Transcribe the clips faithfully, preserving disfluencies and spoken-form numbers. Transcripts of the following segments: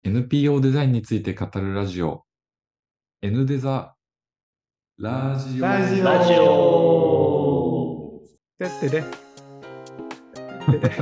エヌピーオー デザインについて語るラジオ、N デザラジオ。 ラジオラジオてってで。てで。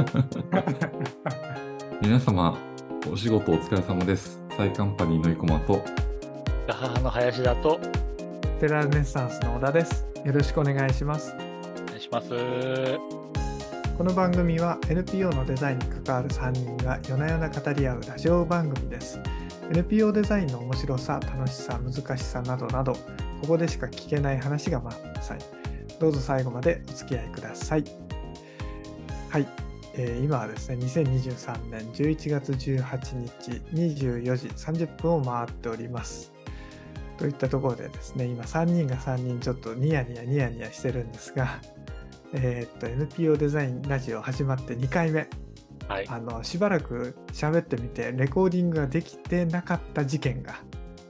皆様、お仕事お疲れ様です。サイカンパニーの生駒と、 ガハハの林田とテラルネッサンスの小田です。よろしくお願いします。 お願いします。 この番組は エヌピーオー のデザインに関わるさんにんが夜な夜な語り合うラジオ番組です。エヌピーオー デザインの面白さ、楽しさ、難しさなどなど、ここでしか聞けない話が満載。どうぞ最後までお付き合いください。はい、えー、今はですね、にせんにじゅうさんねんじゅういちがつじゅうはちにちにじゅうよじさんじゅっぷんを回っております。といったところでですね、今さんにんがさんにんちょっとニヤニヤニヤニヤしてるんですが、えー、っと エヌピーオー デザインラジオ始まってにかいめ、 はい、 あのしばらく喋ってみてレコーディングができてなかった事件が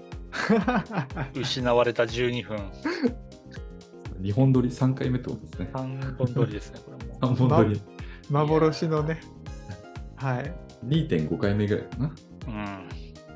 失われたじゅうにふん。 にほん撮りさんかいめってことですね。 さんぼん撮りですね、これも。 さんぼん撮り。 幻のね、はい、 にてんごかいめぐらいかな。 うん。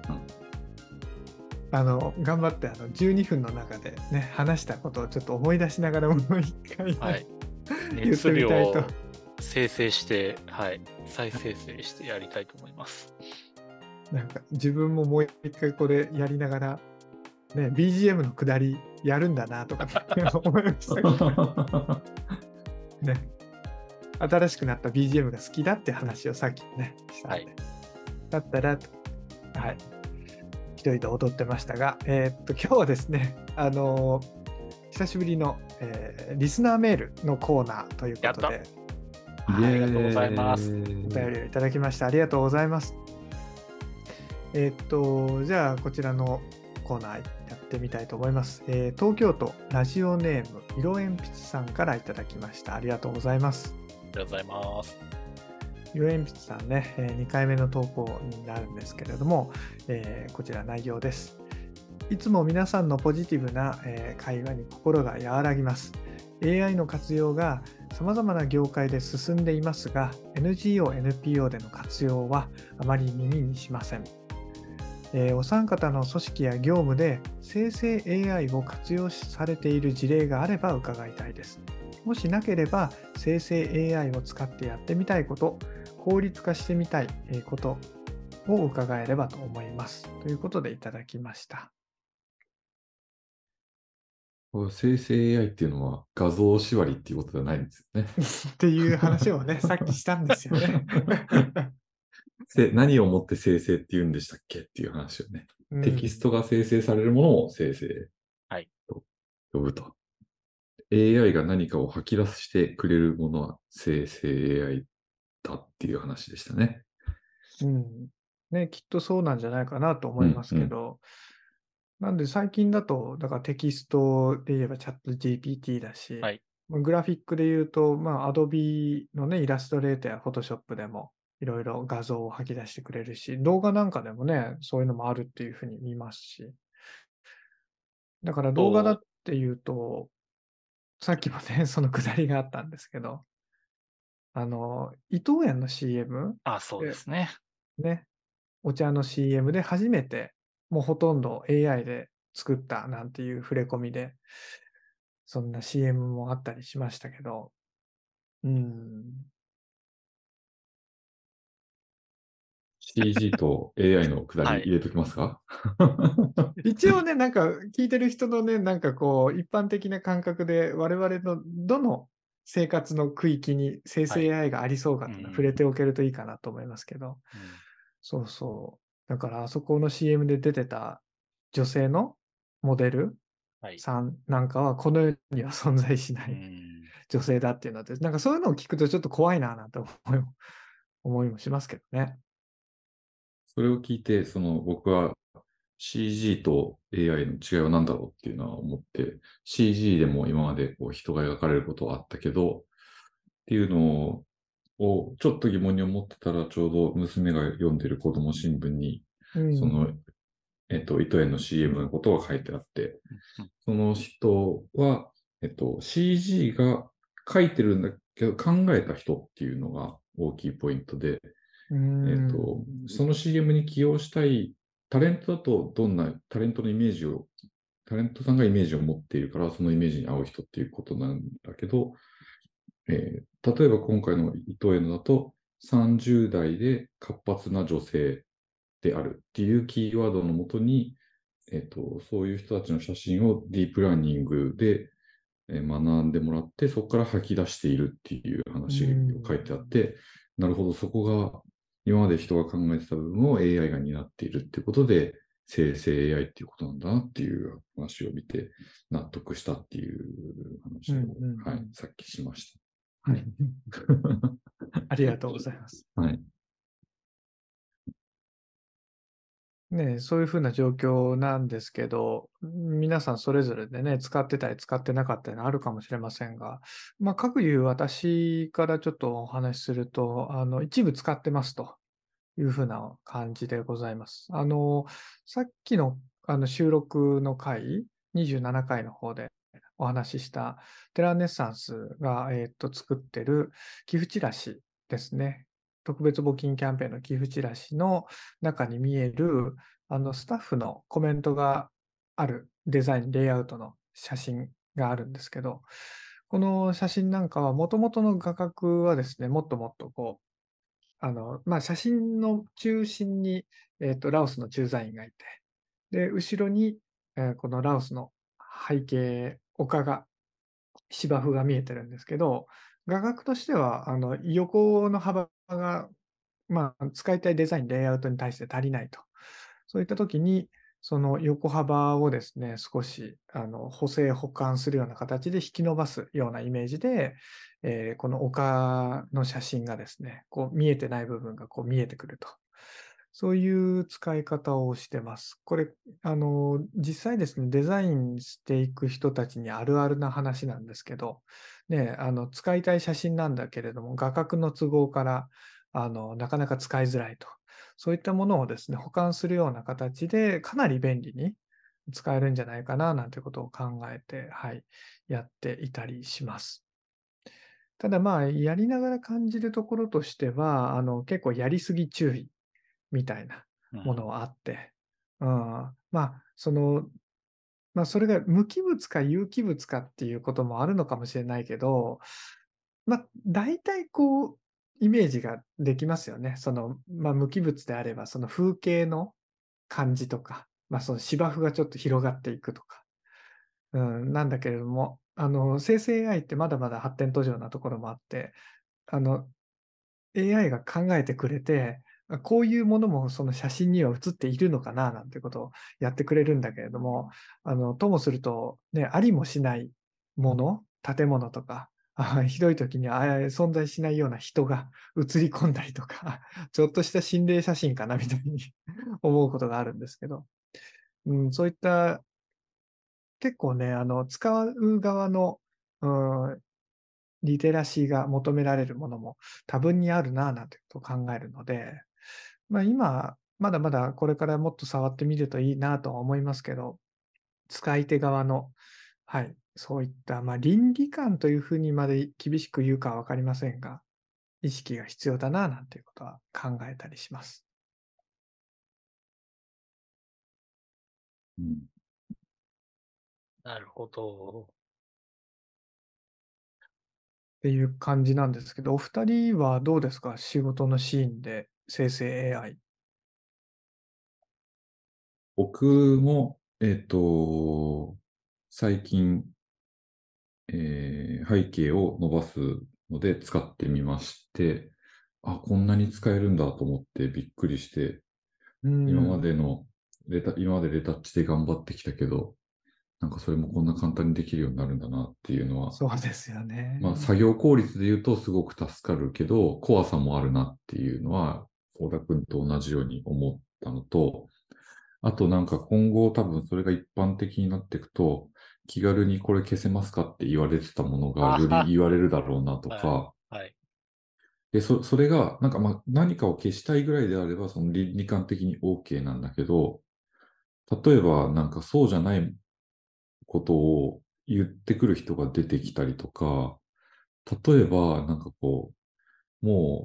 あの頑張ってあのじゅうにふんの中でね話したことをちょっと思い出しながらもう一回、 はい、 言って熱量みたいとを生成して、はい、再生成してやりたいと思います。 なんか自分ももう一回これやりながら、ね、ビージーエム の下りやるんだなとか、ね、思いましたけど、ね、新しくなった ビージーエム が好きだって話をさっきねしたんで、はい、だったら、はい、一人で踊ってましたが、えー、っと今日はですね、あのー、久しぶりの、えー、リスナーメールのコーナーということで、 はい、ありがとうございます。お便りをいただきました。ありがとうございます。えー、っとじゃあこちらのコーナーやってみたいと思います。えー、東京都ラジオネーム色鉛筆さんからいただきました。ありがとうございます。 ありがとうございます。 色鉛筆さんね、えー、にかいめの投稿になるんですけれども、えー、こちら内容です。いつも皆さんのポジティブな、えー、会話に心が和らぎます。エーアイ の活用が様々な業界で進んでいますが、エヌジーオー、エヌピーオー での活用はあまり耳にしません。えー、お三方の組織や業務で生成 エーアイ を活用されている事例があれば伺いたいです。もしなければ、生成 エーアイ を使ってやってみたいこと、効率化してみたいことを伺えればと思います。ということでいただきました。 生成 エーアイ っていうのは画像縛りっていうことではないんですよね。 っていう話をね、さっきしたんですよね。 何をもって生成って言うんでしたっけっていう話をね。うん、テキストが生成されるものを生成と呼ぶと。はい、エーアイ が何かを吐き出してくれるものは生成 エーアイ だっていう話でしたね。 うんね、きっとそうなんじゃないかなと思いますけど、うんうん、なんで最近だと、だからテキストで言えばチャット ジーピーティー だし、はい、グラフィックで言うと、まあ、Adobe のね、イラストレーターや Photoshop でもいろいろ画像を吐き出してくれるし、動画なんかでもね、そういうのもあるっていうふうに見ますし。だから動画だっていうと、さっきもね、そのくだりがあったんですけど、あの、伊藤園の シーエム? あ、そうですね。 ね、お茶の シーエム で初めて、もうほとんど エーアイ で作ったなんていう触れ込みで、そんな シーエム もあったりしましたけど、うーん。 シージー と エーアイ のくだり入れときますか、 はい、一応ね、なんか聞いてる人のね、なんかこう、一般的な感覚で、我々のどの生活の区域に生成 エーアイ がありそうかというのは触れておけるといいかなと思いますけど、はい、うん、そうそう。だからあそこの シーエム で出てた女性のモデルさんなんかはこの世には存在しない女性だっていうので、なんかそういうのを聞くとちょっと怖いななんて思いも、思いもしますけどね。 それを聞いて、その僕は シージー と エーアイ の違いは何だろうっていうのは思って、シージー でも今までこう人が描かれることはあったけど、っていうのをちょっと疑問に思ってたら、ちょうど娘が読んでる子供新聞に、うん、その、えっと、糸園の シーエム のことが書いてあって、その人は、えっと、シージー が書いてるんだけど、考えた人っていうのが大きいポイントで、 うーんえっと、その シーエム に起用したいタレントだとどんなタレントのイメージを、タレントさんがイメージを持っているから、そのイメージに合う人っていうことなんだけど、えー例えば今回の伊藤園だと、さんじゅう代で活発な女性であるっていうキーワードのもとに、えっと、そういう人たちの写真をディープラーニングでえー学んでもらって、そこから吐き出しているっていうう話んを書いてあって、なるほど、そこが今まで人が考えてた部分を エーアイ が担っているっていうことで、生成 エーアイ っていうことなんだなっていう話を見て、納得したっていう話を、 うんうんうんはい、さっきしました。はい。 うんありがとうございます。 はい。 ね、そういうふうな状況なんですけど、皆さんそれぞれでね、使ってたり使ってなかったりあるかもしれませんが、まあ、各いう私からちょっとお話しすると、あの、一部使ってますというふうな感じでございます。あの、さっきの、あの収録の回、にじゅうななかいの方でお話ししたテラネッサンスが、えっと、作ってる寄付チラシですね。特別募金キャンペーンの寄付チラシの中に見える、あの、スタッフのコメントがあるデザイン、レイアウトの写真があるんですけど、この写真なんかは元々の画角はですね、もっともっとこう、あの、まあ、写真の中心に、えっと、ラオスの駐在員がいて、で、後ろに、え、このラオスの背景、丘が、芝生が見えてるんですけど、画角としては、あの、横の幅が、まあ、使いたいデザイン、レイアウトに対して足りないと。そういった時に、その横幅をですね、少しあの補正補完するような形で引き伸ばすようなイメージで、えーこの丘の写真がですね、こう見えてない部分がこう見えてくると。そういう使い方をしてます。これ、あの、実際ですね、デザインしていく人たちにあるあるな話なんですけど、ね、あの、使いたい写真なんだけれども、画角の都合から、あの、なかなか使いづらいと。そういったものをですね、保管するような形で、かなり便利に使えるんじゃないかな、なんてことを考えて、はい、やっていたりします。ただ、まあ、やりながら感じるところとしては、あの、結構やりすぎ注意みたいなものうん。 はあって、うん、まあ、その、まあ、それが無機物か有機物かっていうこともあるのかもしれないけど、ま、大体こう、イメージができますよね。その、ま、無機物であれば、その風景の感じとか、ま、その芝生がちょっと広がっていくとか、うん、なんだけれども、あの、生成 エーアイ ってまだまだ発展途上なところもあって、あの、エーアイ が考えてくれて、あ、こういうものもその写真には写っているのかななんてことをやってくれるんだけれども、あの、ともすると、ね、ありもしないもの、建物とか、あ、ひどい時には、あ、存在しないような人が写り込んだりとか、ちょっとした心霊写真かなみたいに思うことがあるんですけど、うん、そういった結構ね、あの、使う側の、うん、リテラシーが求められるものも多分にあるな、なんてことを考えるので、まあ、今、まだまだこれからもっと触ってみるといいなとは思いますけど、使い手側の、はい、そういった、まあ、倫理観というふうにまで厳しく言うかは分かりませんが、意識が必要だな、なんていうことは考えたりします。 うん、 なるほど。 っていう感じなんですけど、お二人はどうですか？仕事のシーンで生成 エーアイ。 僕も、えっと、最近、えー背景を伸ばすので使ってみまして、あ、こんなに使えるんだと思ってびっくりして、 う今まん、 でのレタ、今までレタッチで頑張ってきたけど、なんかそれもこんな簡単にできるようになるんだなっていうのは、 そうですよまあね。 作業効率で言うとすごく助かるけど、怖さもあるなっていうのは、小田君と同じように思ったのと、あとなんか今後多分それが一般的になっていくと、気軽にこれ消せますかって言われてたものがよりあは、 言われるだろうなとはい。 か、 はい。 で、そ、それがなんかまあ何かを消したいぐらいであればその倫理観的に OK なんだけど、例えばなんかそうじゃないことを言ってくる人が出てきたりとか、例えばなんかこう、もう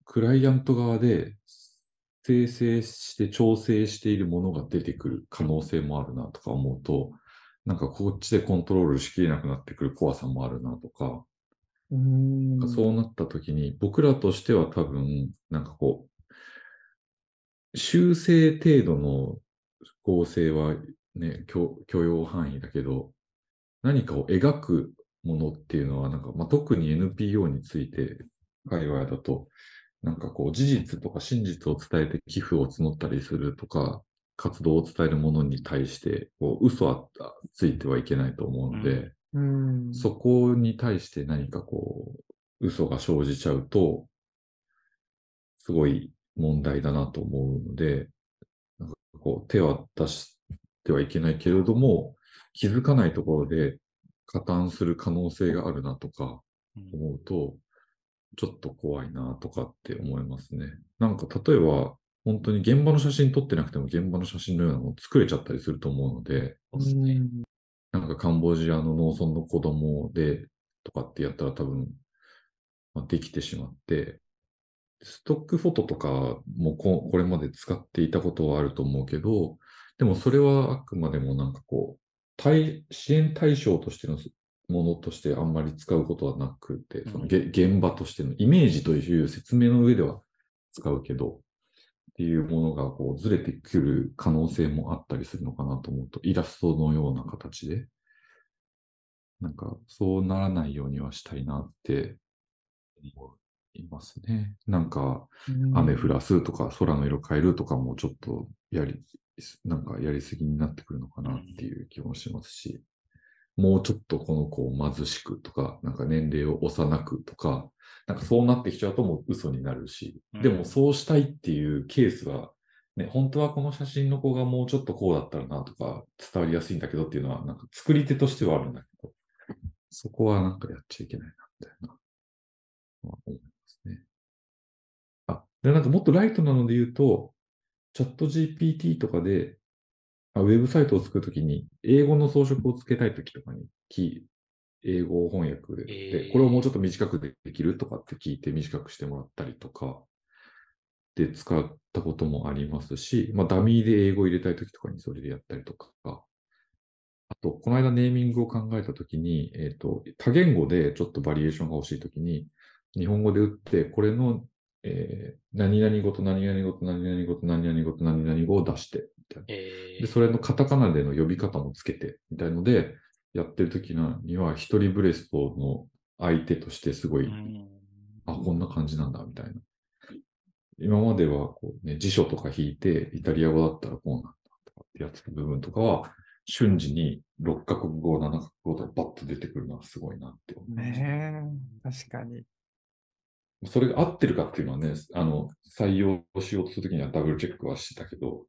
クライアント側で生成して調整しているものが出てくる可能性もあるなとか思うと、なんかこっちでコントロールしきれなくなってくる怖さもあるなとか、 うーん。 そうなった時に僕らとしては多分、なんかこう、修正程度の合成はね、許許容範囲だけど、何かを描くものっていうのは、なんか、まあ、特に エヌピーオー について、界隈だと、なんかこう、事実とか真実を伝えて寄付を募ったりするとか、活動を伝えるものに対して、こう、嘘はついてはいけないと思うので、 うーん。 そこに対して何かこう、嘘が生じちゃうと、すごい問題だなと思うので、なんかこう手は出してはいけないけれども、気づかないところで加担する可能性があるなとかうん思うと、ちょっと怖いなとかって思いますね。なんか例えば、本当に現場の写真撮ってなくても現場の写真のようなのを作れちゃったりすると思うので、 うそうですね。 ん。 なんかカンボジアの農村の子供でとかってやったら多分、まあ、できてしまって、ストックフォトとかもここれまで使っていたことはあると思うけど、でもそれはあくまでもなんかこう、対支援対象としてのものとしてあんまり使うことはなくて、そのげ現場としてのイメージという説明の上では使うけど、っていうものがこうずれてくる可能性もあったりするのかなと思うと、イラストのような形で、なんかそうならないようにはしたいなって思いますね。なんか、雨降らすとか空の色変えるとかもちょっとやり、なんかやりすぎになってくるのかなっていう気もしますし、もうちょっとこの子を貧しくとか、なんか年齢を幼くとか、なんかそうなってきちゃうともう嘘になるし、でもそうしたいっていうケースは、ね、本当はこの写真の子がもうちょっとこうだったらなとか伝わりやすいんだけどっていうのは、なんか作り手としてはあるんだけど、そこはなんかやっちゃいけないな、みたいなのは思いますね。あ、で、なんかもっとライトなので言うと、チャット ジーピーティー とかで、あウェブサイトを作るときに、英語の装飾をつけたいときとかに、キー、英語翻訳で、これをもうちょっと短くできるとかって聞いて短くしてもらったりとか、で使ったこともありますし、まあ、ダミーで英語を入れたいときとかにそれでやったりとか、あと、この間ネーミングを考えたときに、えっと、多言語でちょっとバリエーションが欲しいときに、日本語で打って、これの、えー何々語と何々語と何々語と何々語と何々語を出して、みたいな。で、それのカタカナでの呼び方もつけて、みたいので、やってるときには、一人ブレストの相手としてすごい、あ、こんな感じなんだ、みたいな。今まではこう、ね、辞書とか引いて、イタリア語だったらこうなんだとかってやってた部分とかは、瞬時にろっカ国語、ななカ国語とかバッと出てくるのはすごいなって思いました。 ねえ、確かに。 それが合ってるかっていうのはね、あの、採用しようとするときにはダブルチェックはしてたけど、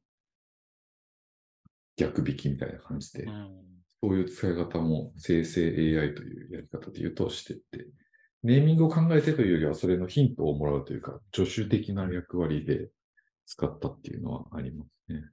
逆引きみたいな感じで、そういう使い方も生成 エーアイ というやり方で言うとしてって、ネーミングを考えてというよりは、それのヒントをもらうというか、助手的な役割で使ったっていうのはありますね。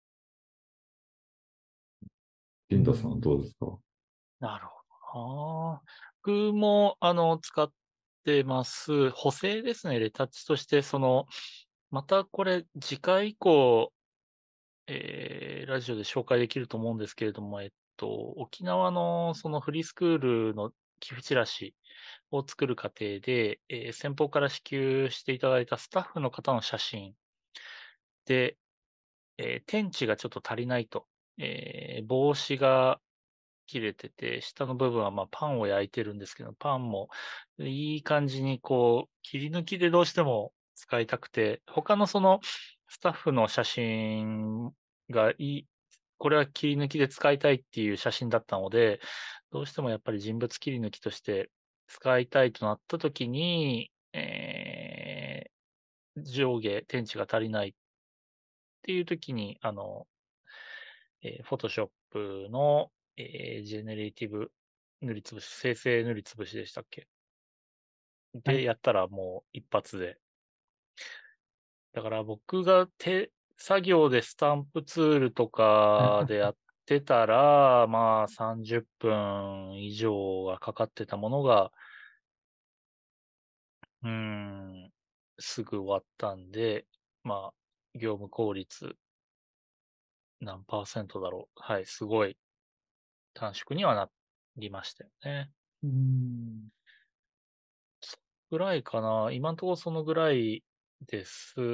リンダさんはどうですか？ なるほどな。僕も、あの、使ってます。補正ですね、レタッチとして、その、またこれ、次回以降、えーラジオで紹介できると思うんですけれども、えっと、沖縄のそのフリースクールの寄付チラシを作る過程で、えー先方から支給していただいたスタッフの方の写真で、えー天地がちょっと足りないと。えー帽子が切れてて、下の部分はまあパンを焼いてるんですけど、パンもいい感じにこう、切り抜きでどうしても使いたくて、他のそのスタッフの写真がいい、これは切り抜きで使いたいっていう写真だったので、どうしてもやっぱり人物切り抜きとして使いたいとなった時に、えー上下、天地が足りないっていう時に、あの、えー、Photoshop の、えージェネレーティブ塗りつぶし、生成塗りつぶしでしたっけで、 はい。 やったらもう一発で。だから僕が手作業でスタンプツールとかでやってたら、まあさんじゅっぷん以上がかかってたものが、うーん、 すぐ終わったんで、まあ、業務効率何パーセントだろう。はい、すごい短縮にはなりましたよね。 うん。 ぐらいかな。今のところそのぐらいです。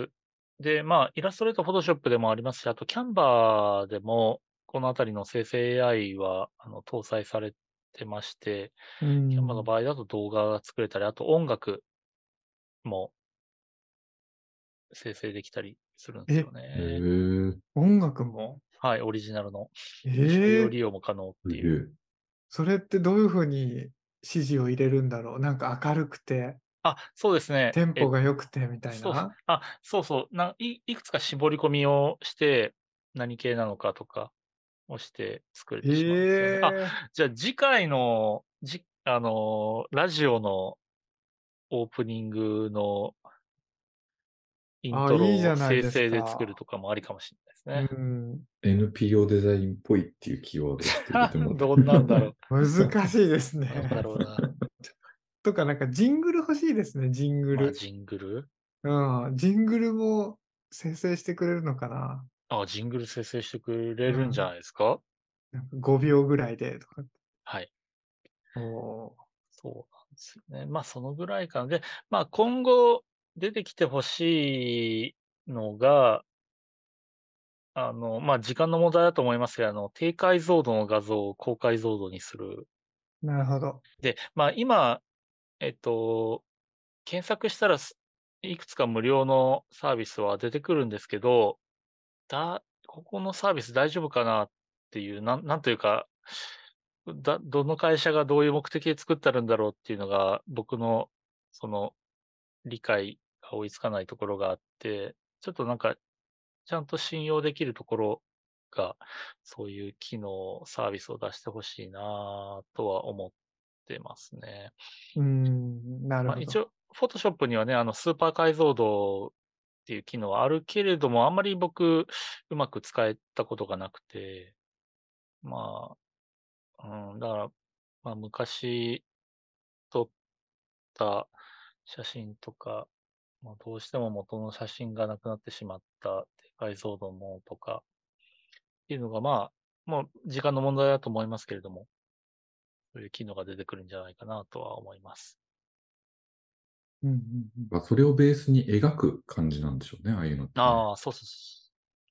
で、まあ、イラストレート、フォトショップでもありますし、あとキャンバーでも、このあたりの生成 エーアイ は、あの、搭載されてまして、 うキャンバーのん。 場合だと動画が作れたり、あと音楽も生成できたりするんですえ、 よへね。 え、 音楽もはい、オリジナルの商用ええ、 利用も可能っすげていう。 え。 それってどういうふうに指示を入れるんだろう。なんか明るくて、 あ、そうですね。 テンポえ、 が良くてみたいそう、 な。 あ、そうそう。な、いいくつか絞り込みをして、何系なのかとかをして作れてしまうんですよね。あ、 ええ、 じゃあ次回の、じあの、ラジオのオープニングのインあ、 トロいいじゃないを生です成で作るか。 とかもありかもしれうないですね。 ん。 エヌピーオー デザインっぽいっていうキーワードをちょっと入れてもらっどんなんだろて。 難しいですう。なんだね。 ろうな。 とか、なんかジングル欲しいですね、ジングまあ、 ル。 ジングルうん、ジングルも生成してくれるのかな。 あ、ジングル生成してくれるんじゃうん。 ないですか？ なんかごびょうぐらいでとか。 はい。 おお。 そうなんですよね。まあ、そのぐらいかな。で、まあ、今後出てきてほしいのが、あの、まあ、時間の問題だと思いますが、あの、低解像度の画像を高解像度にする。 なるほど。 で、まあ、今、えっと、検索したら、すいくつか無料のサービスは出てくるんですけど、だここのサービス大丈夫かなっていう、なんなんというか、だどの会社がどういう目的で作ってあるんだろうっていうのが、僕のその理解が追いつかないところがあって、ちょっとなんか、ちゃんと信用できるところが、そういう機能、サービスを出してほしいなとは思ってますね。 うーん、なるまあ、 ほど。 一応、フォトショップにはね、あの、スーパー解像度っていう機能はあるけれども、あんまり僕、うまく使えたことがなくて、まあ、うん、だから、まあ、昔撮った写真とか、まあ、どうしても元の写真がなくなってしまった低解像度のとかっていうのが、まあ、もう時間の問題だと思いますけれども、そういう機能が出てくるんじゃないかなとは思います。 うんうんうん。 まあそれをベースに描く感じなんでしょうね、ああいうのってね。 ああ、そうそうそ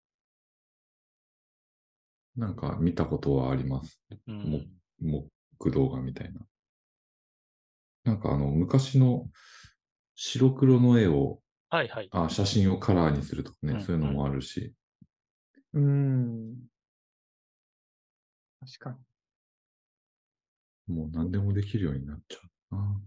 なんか見たことはあります。 う。うもん。 木動画みたいな。なんかあの、昔の白黒の絵を、 はいはい。 あ、写真をカラーにするとかね、 うん、うん。 そういうのもあるし、 うーん、確かに。 もう何でもできるようになっちゃうな。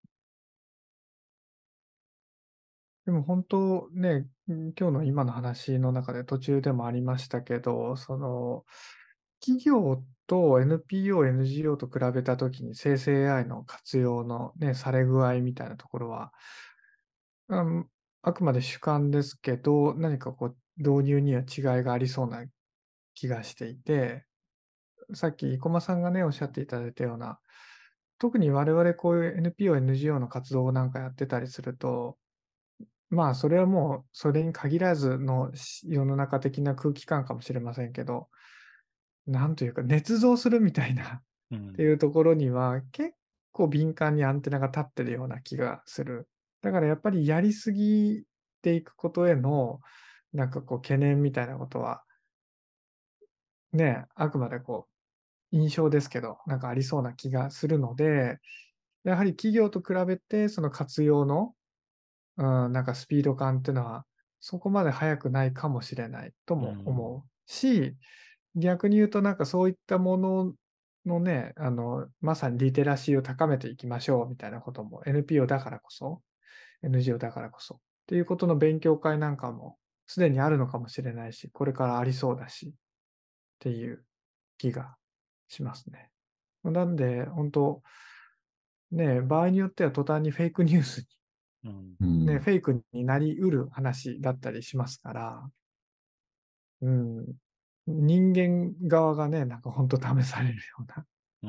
でも本当ね、ん、今日の今の話の中で途中でもありましたけど、その、企業と エヌピーオー、エヌジーオー と比べたときに生成 エーアイ の活用のね、され具合みたいなところは、うん、あくまで主観ですけど、何かこう導入には違いがありそうな気がしていて、さっき生駒さんがね、おっしゃっていただいたような、特に我々こういう エヌピーオー、エヌジーオー の活動なんかやってたりすると、まあ、それはもうそれに限らずのし世の中的な空気感かもしれませんけど、なんというか、捏造するみたいなってうん。 いうところには、結構敏感にアンテナが立ってるような気がする。だからやっぱりやりすぎていくことへの、なんかこう懸念みたいなことは、ね、あくまでこう印象ですけど、なんかありそうな気がするので、やはり企業と比べてその活用の、うん、なんかスピード感っていうのは、そこまで速くないかもしれないとうん。 も思うし、逆に言うとなんかそういったもののね、あの、まさにリテラシーを高めていきましょうみたいなことも エヌピーオー だからこそ、エヌジーオー だからこそっていうことの勉強会なんかもすでにあるのかもしれないし、これからありそうだしっていう気がしますね。なんで、本当ね、場合によっては途端にフェイクニュースうん。 に、ね、 うん。 フェイクになり得る話だったりしますから、うん、人間側がね、なんか本当試されるようなうん。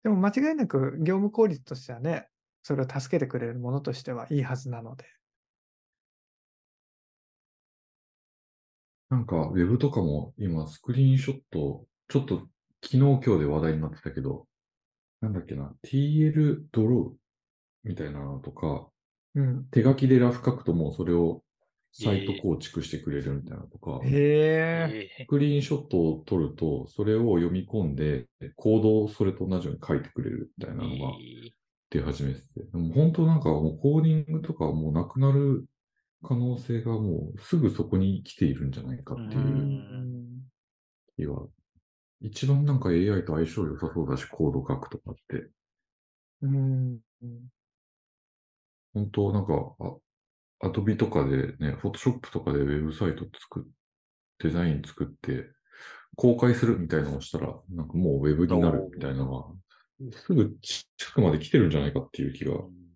形だと思うし。でも間違いなく業務効率としてはね、 それを助けてくれるものとしてはいいはずなので。 なんか、ウェブとかも今、スクリーンショット、ちょっと昨日今日で話題になってたけど、なんだっけな、ティーエル ドローみたいなのとか、 うん。 手書きでラフ書くともうそれをサイトえ構築してくれるみたいなのとか、 へええ。 えスクリーンショットを撮ると、それを読み込んで、コードをそれと同じように書いてくれるみたいなのがえ出始めてて、でも本当なんかもうコーディングとかもうなくなる可能性がもうすぐそこに来ているんじゃないかうっていうん。 気は、一番なんか エーアイ と相性良さそうだし、コード書くとかって、 うん。 本当なんか、アドビとかでね、フォトショップとかでウェブサイト作っ、デザイン作って、公開するみたいなのをしたら、なんかもうウェブになるみたいなのは、すぐ近くまで来てるんじゃないかっていう気が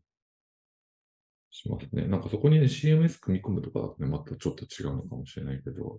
しますね。なんかそこにね、シーエムエス 組み込むとかだとね、またちょっと違うのかもしれないけど、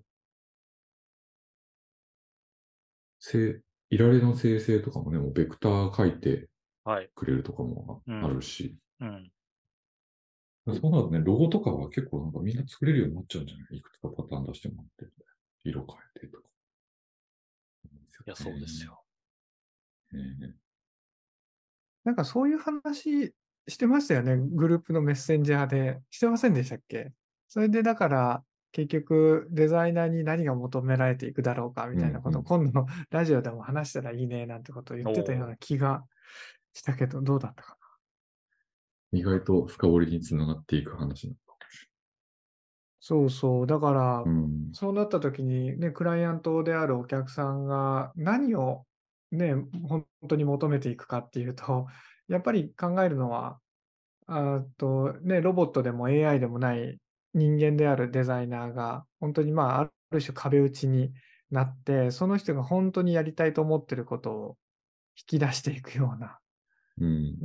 せいられの生成とかもね、もうベクター書いてはい。 くれるとかもあうん。 るし、 うん。 そうなるとね、ロゴとかは結構なんかみんな作れるようになっちゃうんじゃないいくつかパターン出してもらって、色変えてとか。 いや、そうですよ。 ね。 なんかそういう話してましたよね。グループのメッセンジャーで。してませんでしたっけ？それでだから、結局デザイナーに何が求められていくだろうかみたいなことをうんうん。 今度のラジオでも話したらいいねなんてことを言ってたようおな気がしたけど、どうだったか意外と深掘りにつながっていく話なのかそうそう。だから、 も。うん。 そうなった時にね、クライアントであるお客さんが何をね、本当に求めていくかっていうと、やっぱり考えるのは、あとね、ロボットでも エーアイ でもない人間であるデザイナーが、本当にまあ、ある種壁打ちになって、その人が本当にやりたいと思ってることを引き出していくような、 うん。 うん、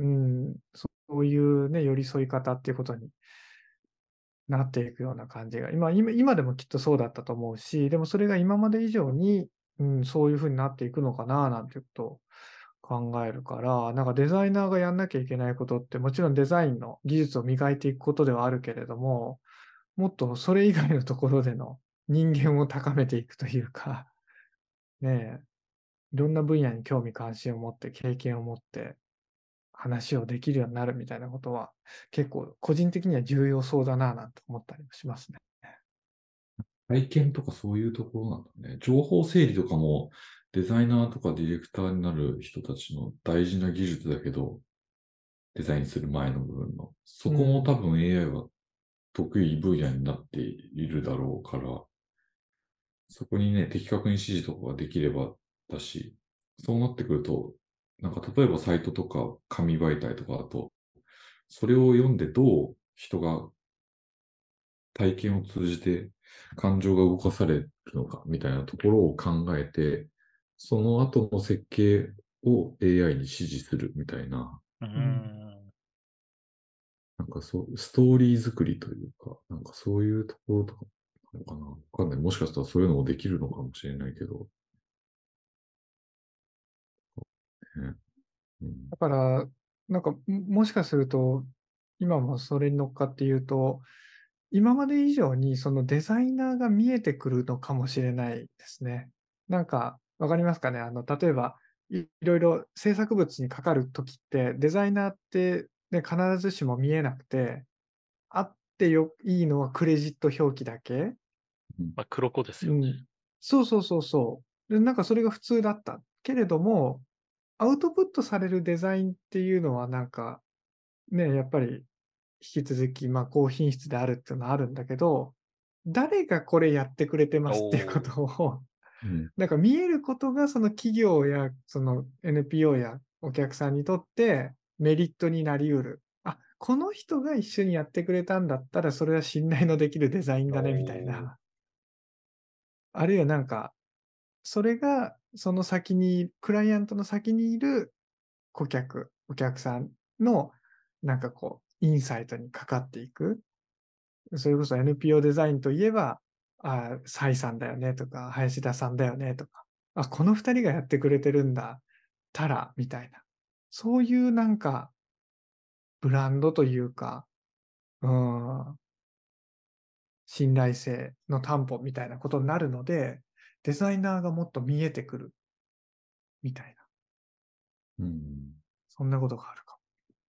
そういうね、寄り添い方っていうことになっていくような感じが、今今今でもきっとそうだったと思うし、でもそれが今まで以上に、うん、そういう風になっていくのかななんていうことを考えるから、なんかデザイナーがやんなきゃいけないことって、もちろんデザインの技術を磨いていくことではあるけれども、もっとそれ以外のところでの人間を高めていくというか、ねえ、いろんな分野に興味関心を持って、経験を持って話をできるようになるみたいなことは、結構個人的には重要そうだななんて思ったりもしますね。 体験とかそういうところなんだね。情報整理とかもデザイナーとかディレクターになる人たちの大事な技術だけど、デザインする前の部分の。そこも多うん。 分 エーアイ は得意分野になっているだろうから、そこにね、的確に指示とかができればだし、そうなってくると、なんか例えばサイトとか紙媒体とかだと、それを読んでどう人が体験を通じて感情が動かされるのかみたいなところを考えて、その後の設計を エーアイ に指示するみたいな、 ううん。 ん。 なんかそう、ストーリー作りというか、なんかそういうところとかなのかな。わかんない。もしかしたらそういうのもできるのかもしれないけど、ね。うん。 だから、なんか、ももしかすると、今もそれに乗っかって言うと、今まで以上にそのデザイナーが見えてくるのかもしれないですね。なんか、わかりますかね？あの、例えば、いいろいろ制作物にかかる時って、デザイナーってね、必ずしも見えなくて、あってよいいのはクレジット表記だけ。 うんまあ、黒子ですよね。 うん。そうそうそうそう。で、なんかそれが普通だった。けれども、アウトプットされるデザインっていうのはなんか、ね、やっぱり引き続き、ま、高品質であるっていうのはあるんだけど、誰がこれやってくれてますっていうこおお。 とを、 うん。 なんか見えることがその企業やその エヌピーオー やお客さんにとってメリットになり得る。あ、この人が一緒にやってくれたんだったら、それは信頼のできるデザインおだねみたいお。 な。あるいはなんか、それがその先にクライアントの先にいる顧客、お客さんのなんかこう、インサイトにかかっていく。それこそ エヌピーオー デザインといえば、ああ、サイさんだよねとか、林田さんだよねとか、あ、このふたりがやってくれてるんだ、たら、みたいな。そういうなんか、 ブランドというか、うん、信頼性の担保みたいなことになるので、デザイナーがもっと見えてくるみたいな、 うん。 そんなことがあるかも。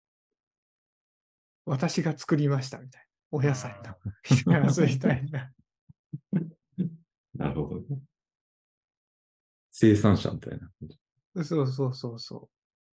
私が作りましたみたいな。お野菜のみたいな、そうみたいな。 なるほどね。生産者みたいな。 そうそうそうそ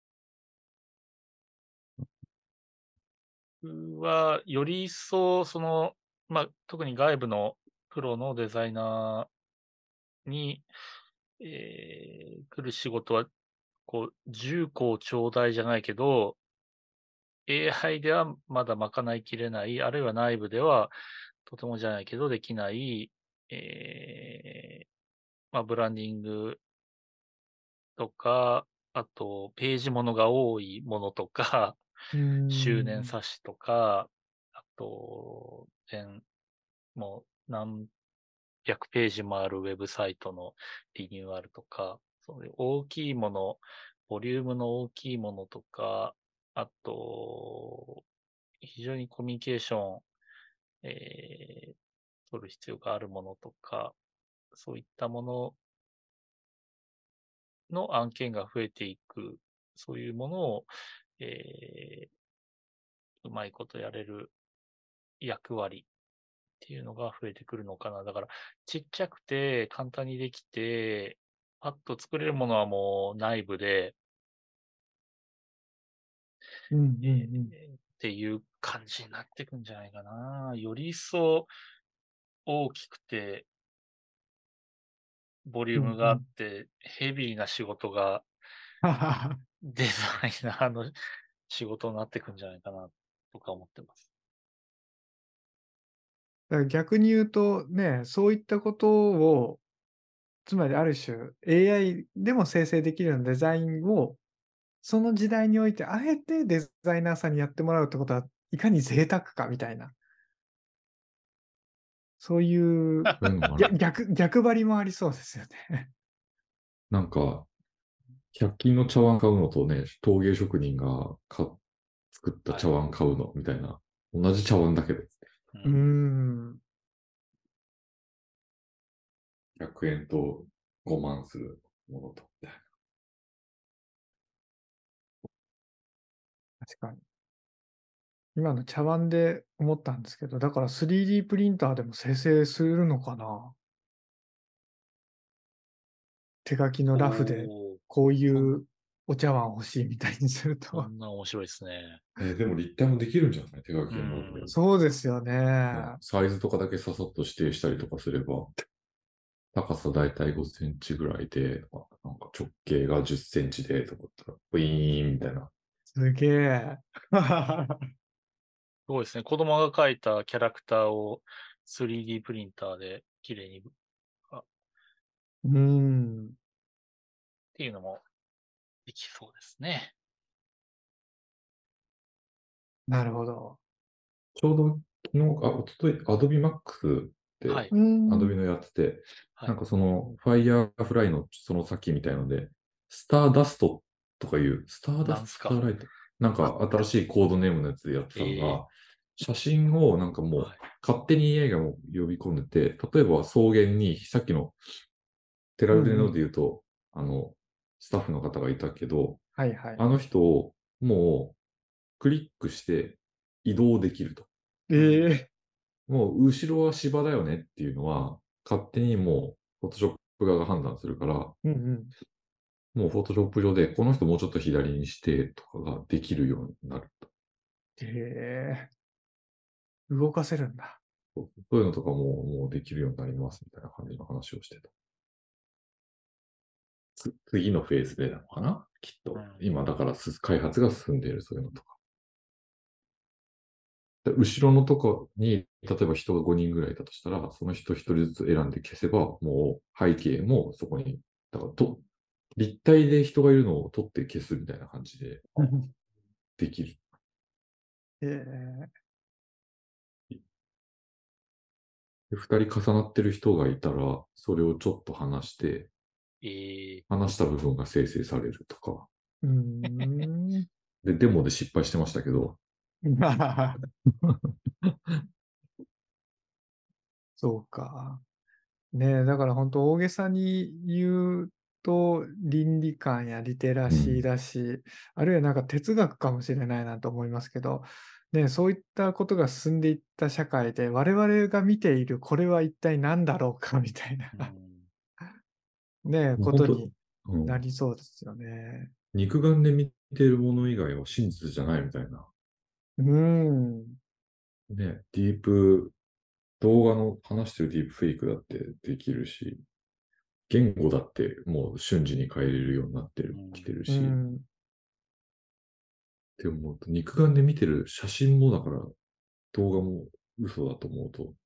僕は、より一層、その、まあ、特に外部のプロのデザイナーに、えー来る仕事は、こう、重厚長大じゃないけど、エーアイ ではまだ賄いきれない、あるいは内部ではとてもじゃないけどできない、えーまあ、ブランディングとか、あと、ページものが多いものとか、 う。うー周年ん。 冊子とか、あと、全、もう何百ページもあるウェブサイトのリニューアルとか、そういう大きいもの、ボリュームの大きいものとか、あと、非常にコミュニケーション、えー取る必要があるものとか、そういったものの案件が増えていく、そういうものを、えーうまいことやれる役割っていうのが増えてくるのかな。だから、ちっちゃくて簡単にできて、パッと作れるものはもう内部で、 うんうんえうん。 ーっていう感じになっていくんじゃないかな。より一層大きくて、ボリュームがあっうんうん。 て、ヘビーな仕事がははは。 デザイナーの仕事になっていくんじゃないかな、とか思ってます。 だから逆に言うと、ね、そういったことを、つまりある種 エーアイ でも生成できるようなデザインを、その時代においてあえてデザイナーさんにやってもらうってことは、いかに贅沢かみたいな、そういう、 そういうのもあぎゃる。 逆逆張りもありそうですよね。 なんか、ひゃく均の茶碗買うのとね、陶芸職人がか作った茶碗買うのみたいな。同じ茶碗だけど、 うーうん。 ん、 ひゃくえんとごまんするものと。 確かに。今の茶碗で思ったんですけど、だから スリーディー プリンターでも生成するのかな？手書きのラフで、 おー、 こういそん、 うお茶碗欲しいみたいにすると。 そんな面白いですね。 えーでも立体もできるんじゃない手書うきのラフで。 ん。 そうですよね。 ね、サイズとかだけささっと指定したりとかすれば、高さだいたいごセンチぐらいで、あなんか直径がじゅっセンチでとかだったら、ウィーンみたいな。 すげえ。 すごいですね。子供が描いたキャラクターを スリーディー プリンターで綺麗に、あっうーん、 ていうのもできそうですね。 なるほど。 ちょうど昨日、あ、おととい、Adobe Max ってはい。 うーん。 アドビのやってて、 はい。 なんかその Firefly のその先みたいので、スターダストとかいう、スターダスト、 なんすか。 スターライト、なんあ、 か新しいコードネームのやつでやってたのええが、写真をなんかもうはい。 勝手に エーアイ がもう呼び込んでて、例えば草原にさっきのテラうんうん。 ウデので言うと、あの、スタッフの方がいたけど、 はいはい。 あの人をもうクリックして移動できると。 えうん。 え。 もう後ろは芝だよねっていうのは、勝手にもう、フォトショップ側が判断するから、 うんうん。 もうフォトショップ上で、この人もうちょっと左にしてとかができるようになると。 ええ。動かせるんだ。 そうそういうのとかももうできるようになりますみたいな感じの話をしてた。つ次のフェーズでなのかなきっと。 うん。 今だからす開発が進んでいるそういうのとか。で後ろのとこに、例えば人がごにんぐらいいたとしたら、その人ひとりずつ選んで消せば、もう背景もそこに、だからと、立体で人がいるのを取って消すみたいな感じでできる。 ええ。 で、二人重なってる人がいたら、それをちょっと離して、 ええ離した部分が生成されるとか。 うーん。 で、デモで失敗してましたけど、 そうか。ねえ、だから本当大げさに言うと、倫理観やリテラシーだし、あるいはなんか哲学かもしれないなと思いますけど、ねえ、そういったことが進んでいった社会で、我々が見ているこれは一体何だろうかみたいな、 うんねえ、 もう本当、 ことにうん、 なりそうですよね。 肉眼で見ているもの以外は真実じゃないみたいな。 うーん。 ね、ディープ、動画の話してるディープフェイクだってできるし、言語だってもう瞬時に変えれるようになってる、 うんきてるうし、 ん。 って思うと、肉眼で見てる写真もだから動画も嘘だと思うと、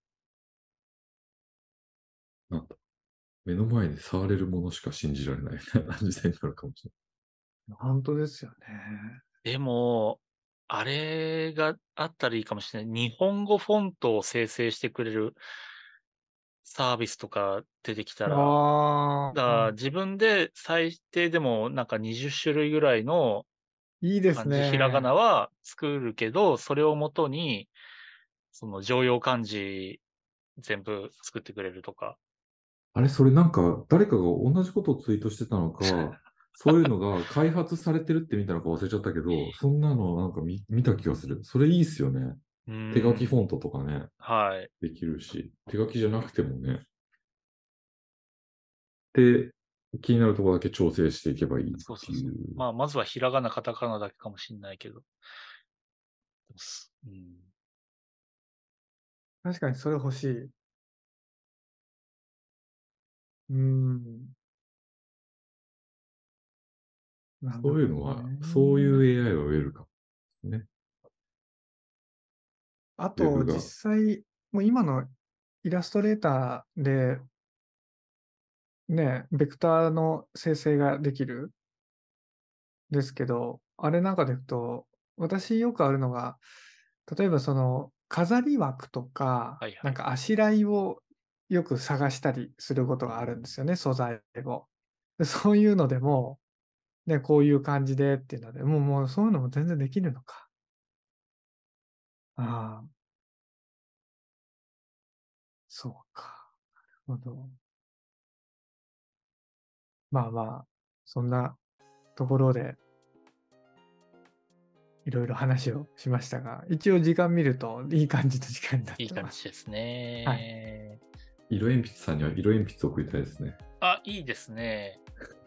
なんだ、目の前で触れるものしか信じられないみたいな時代になるかもしれ本当ですよね。 でも、あれがあったらいいかもしれない。日本語フォントを生成してくれるサービスとか出てきたら、だからああ、 自分で最低でもなんかにじゅっしゅるいぐらいのいいです漢字、ひらがね。 なは作るけど、それをもとに、その常用漢字全部作ってくれるとか。 ない。あれ、それなんか誰かが同じことをツイートしてたのか、そういうのが開発されてるって見たのか忘れちゃったけど、そんなのなんか見、見た気がする。それいいっすよね。 う手書きフォん。 ントとかね、 はい。 できるし、手書きじゃなくてもね、で、気になるところだけ調整していけばいいっそうそうそう。 ていう。 まあ、まずはひらがな、カタカナだけかもしれないけど。でもすうん。 確かにそれ欲しい。うーん。なそるほどういうのは、そういね。 う エーアイ はウェルカムですね。 あと、 ウェブが。 実際、もう今のイラストレーターで、ね、ベクターの生成ができるですけど、あれなんかでいくと、私よくあるのが、例えばその飾り枠とか、 はいはい。 なんかあしらいをよく探したりすることがあるんうんですよね、素材を。で、そういうのでも、ね、こういう感じでっていうので、もうもうそういうのも全然できるのか。ああ、そうか。なるほど。まあまあ、そんなところでいろいろ話をしましたが、一応時間見るといい感じの時間になっいいてます。 感じですはい。 ね。 色鉛筆さんには色鉛筆を送りたいですね。 あ、いいですね。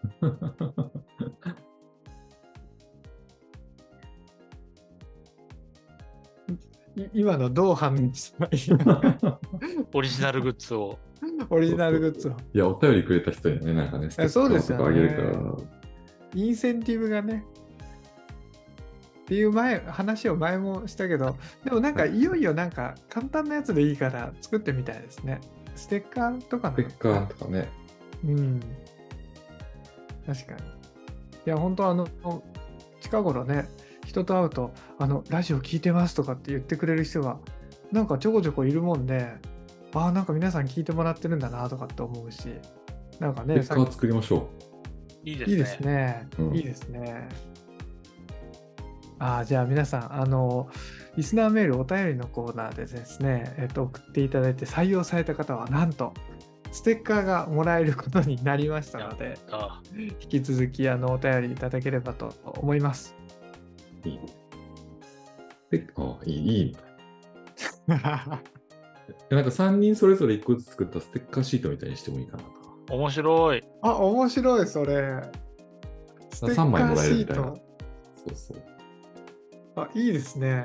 い今のどう反応したらいいのかオリジナルグッズを。 オリジそうそうそう。 ナルグッズを。 いや、お便りくれた人にはね、なんかね、ステッえそうですよカーとかあげるから、 ね。インセンティブがね、っていう前、話を前もしたけど、でもなんかはい、 いよいよなんか簡単なやつでいいから作ってみたいですね。ステッカーとかなステッカのかな。 ーとかね。 うん。確かに。いや、本当あの、近頃ね、人と会うと、あの、ラジオ聞いてますとかって言ってくれる人が、なんかちょこちょこいるもんで、ああ、なんか皆さん聞いてもらってるんだなとかって思うし、なんかね、さっき、 ステッカー作りましょいいでいいですすね。 ね。 う。うん。 いいですね。ああ、じゃあ皆さん、あの、リスナーメールお便りのコーナーでですね、えっと、送っていただいて採用された方は、なんと、ステッカーがもらえることになりましたやっので、 た。 引き続き、あの、お便りいただければと思います。 いい。で、あ、いい、いい。なんかさんにんそれぞれいっこずつ作ったステッカーシートみたいにしてもいいかなとか。 面白い。 あ、面白い、それ。ステ 3 ッカー枚もらえるシーみたいな。 ト。 そうそう。 あ、いいですね。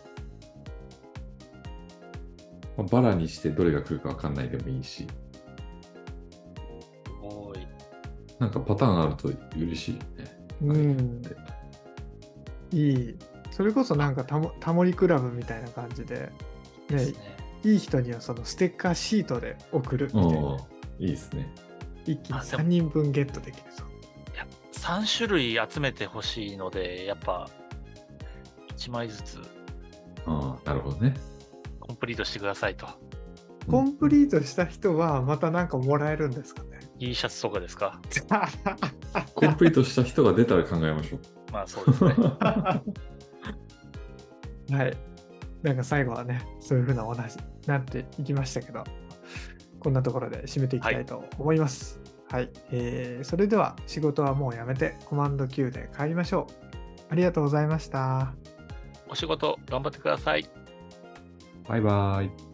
まあ、バラにしてどれが来るかわかんないでもいいし、 すごい。 なんかパターンあると嬉しいよね。 うん。いい。それこそなんかタモタモリクラブみたいな感じで、ね、 ですね。 いい人にはそのステッカーシートで送るみたいな。 うん、いいですね。 一気にあでもさんにんぶんゲットできるぞ。 いやさん種類集めてほしいので、やっぱいちまいずつああ、なるほどね。 コンプリートしてくださいと。 コンプリートした人はまたなんかもらえるんですかね。 T シャツとかですか。 コンプリートした人が出たら考えましょう。 まあそうですね。 はい。なんか最後はね、そういうふうなお話になっていきましたけど、こんなところで締めていきたいと思います。はい。えーそれでは仕事はもうやめてコマンド キュー で帰りましょう。ありがとうございました。 お仕事頑張ってください。 バイバイ。